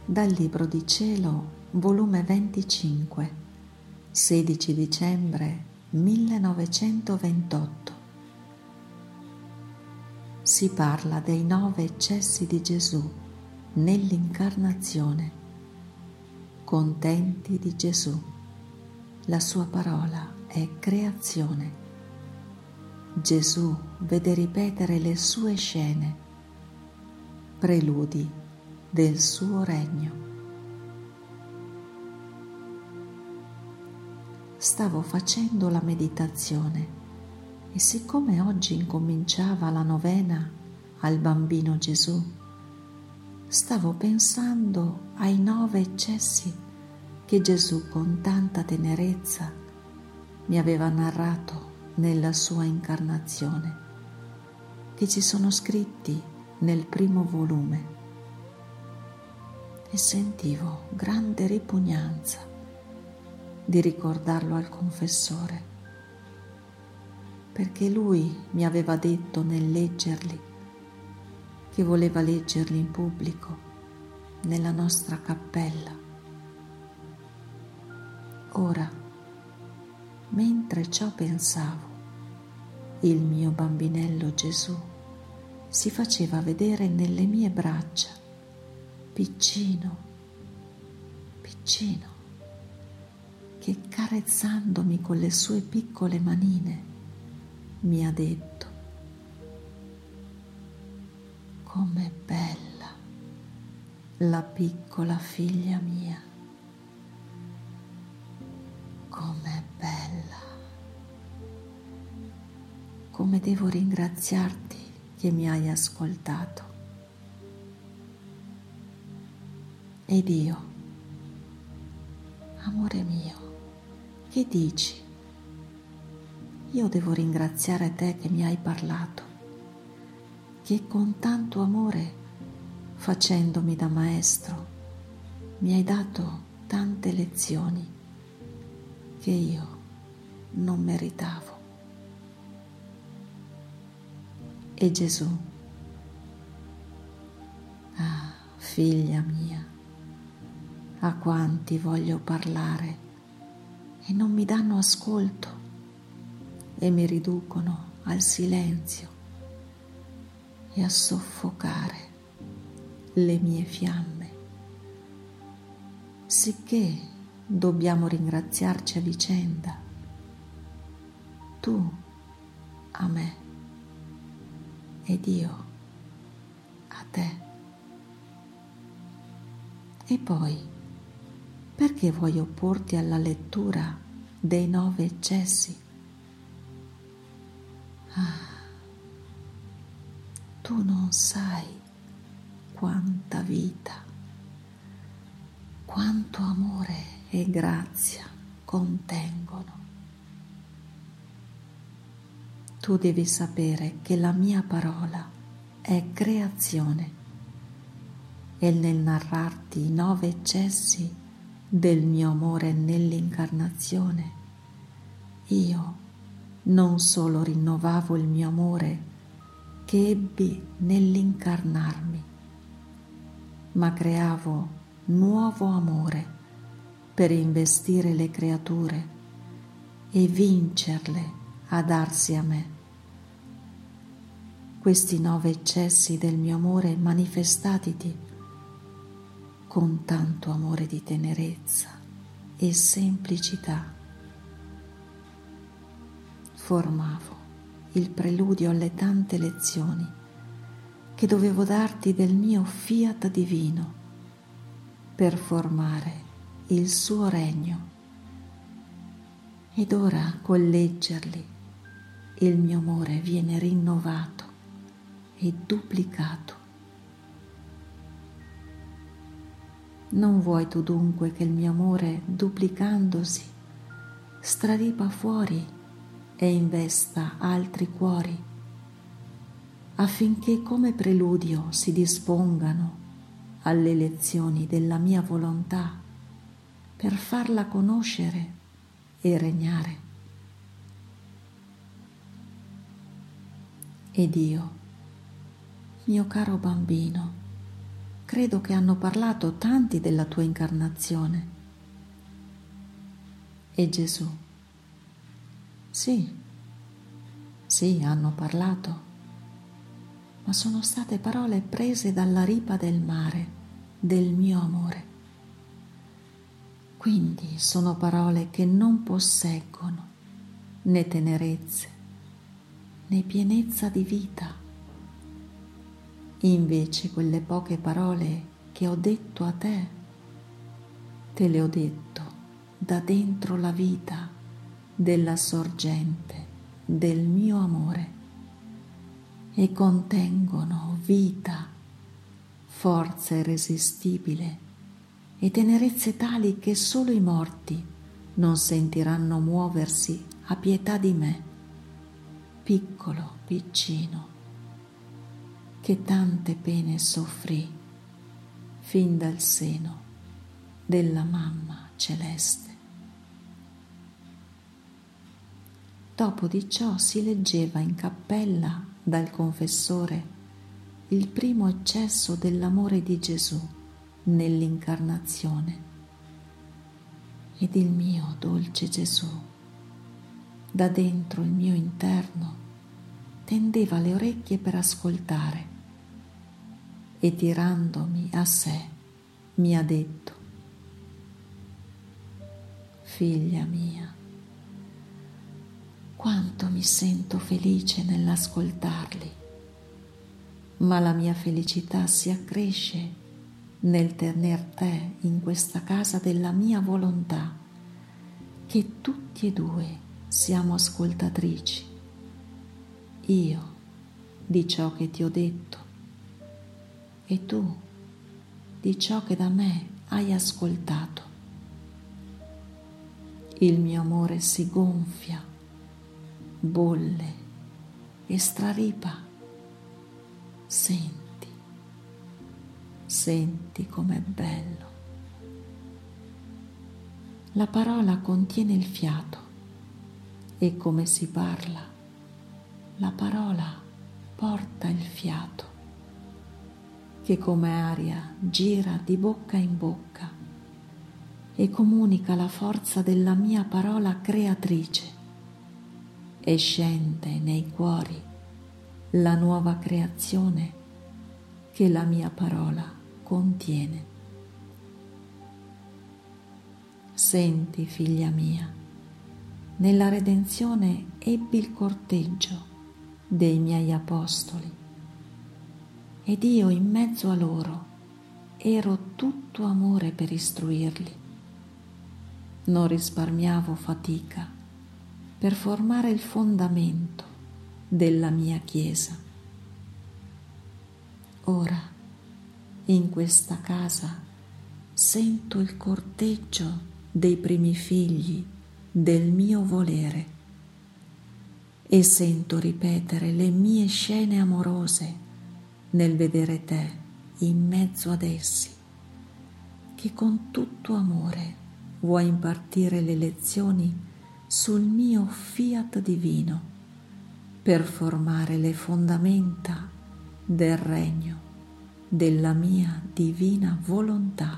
Dal Libro di Cielo, volume 25, 16 dicembre 1928. Si parla dei 9 eccessi di Gesù nell'incarnazione. Contenti di Gesù. La sua parola è creazione. Gesù vede ripetere le sue scene, preludi del suo regno. Stavo facendo la meditazione e siccome oggi incominciava la novena al bambino Gesù, stavo pensando ai 9 eccessi che Gesù con tanta tenerezza mi aveva narrato nella sua incarnazione, che ci sono scritti nel primo volume, e sentivo grande ripugnanza di ricordarlo al confessore, perché lui mi aveva detto nel leggerli che voleva leggerli in pubblico nella nostra cappella. Ora, mentre ciò pensavo, il mio bambinello Gesù si faceva vedere nelle mie braccia, piccino, piccino, che carezzandomi con le sue piccole manine mi ha detto: com'è bella la piccola figlia mia, com'è bella, come devo ringraziarti che mi hai ascoltato. Ed io, amore mio, che dici? Io devo ringraziare te che mi hai parlato, che con tanto amore, facendomi da maestro, mi hai dato tante lezioni che io non meritavo. E Gesù: ah, figlia mia, a quanti voglio parlare e non mi danno ascolto e mi riducono al silenzio e a soffocare le mie fiamme, sicché dobbiamo ringraziarci a vicenda, tu a me ed io a te. E poi, perché vuoi opporti alla lettura dei 9 eccessi? Ah, tu non sai quanta vita, quanto amore e grazia contengono. Tu devi sapere che la mia parola è creazione e nel narrarti i 9 eccessi del mio amore nell'incarnazione, io non solo rinnovavo il mio amore che ebbi nell'incarnarmi, ma creavo nuovo amore per investire le creature e vincerle a darsi a me. Questi 9 eccessi del mio amore manifestatiti con tanto amore di tenerezza e semplicità formavo il preludio alle tante lezioni che dovevo darti del mio fiat divino per formare il suo regno. Ed ora col leggerli il mio amore viene rinnovato e duplicato. Non vuoi tu dunque che il mio amore, duplicandosi, straripa fuori e investa altri cuori, affinché come preludio si dispongano alle lezioni della mia volontà per farla conoscere e regnare? Ed io, mio caro bambino, credo che hanno parlato tanti della tua incarnazione. E Gesù: sì, hanno parlato, ma sono state parole prese dalla ripa del mare, del mio amore. Quindi sono parole che non posseggono né tenerezze né pienezza di vita. Invece quelle poche parole che ho detto a te, te le ho detto da dentro la vita della sorgente del mio amore e contengono vita, forza irresistibile e tenerezze tali che solo i morti non sentiranno muoversi a pietà di me, piccolo, piccino, che tante pene soffrì fin dal seno della mamma celeste. Dopo di ciò si leggeva in cappella dal confessore il primo eccesso dell'amore di Gesù nell'incarnazione. Ed il mio dolce Gesù, da dentro il mio interno, tendeva le orecchie per ascoltare e tirandomi a sé mi ha detto: figlia mia, quanto mi sento felice nell'ascoltarli, ma la mia felicità si accresce nel tener te in questa casa della mia volontà, che tutti e due siamo ascoltatrici, io di ciò che ti ho detto e tu di ciò che da me hai ascoltato. Il mio amore si gonfia, bolle e straripa. Senti com'è bello. La parola contiene il fiato e come si parla, la parola porta il fiato, che come aria gira di bocca in bocca e comunica la forza della mia parola creatrice e scende nei cuori la nuova creazione che la mia parola contiene. Senti, figlia mia, nella redenzione ebbi il corteggio dei miei apostoli ed io in mezzo a loro ero tutto amore per istruirli. Non risparmiavo fatica per formare il fondamento della mia Chiesa. Ora, in questa casa, sento il corteggio dei primi figli del mio volere e sento ripetere le mie scene amorose nel vedere te in mezzo ad essi, che con tutto amore vuoi impartire le lezioni sul mio fiat divino per formare le fondamenta del regno della mia divina volontà.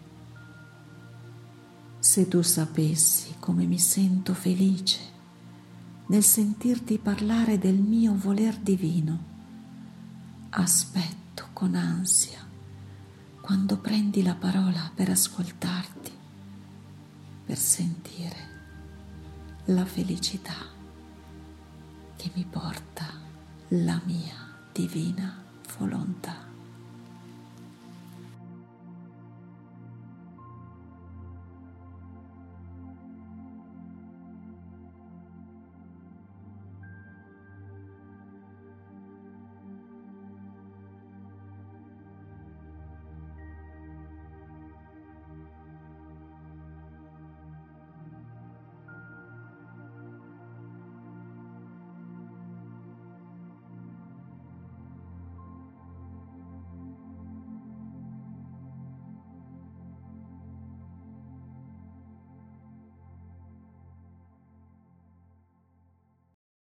Se tu sapessi come mi sento felice nel sentirti parlare del mio voler divino, aspetto con ansia quando prendi la parola per ascoltarti, per sentire la felicità che mi porta la mia divina volontà.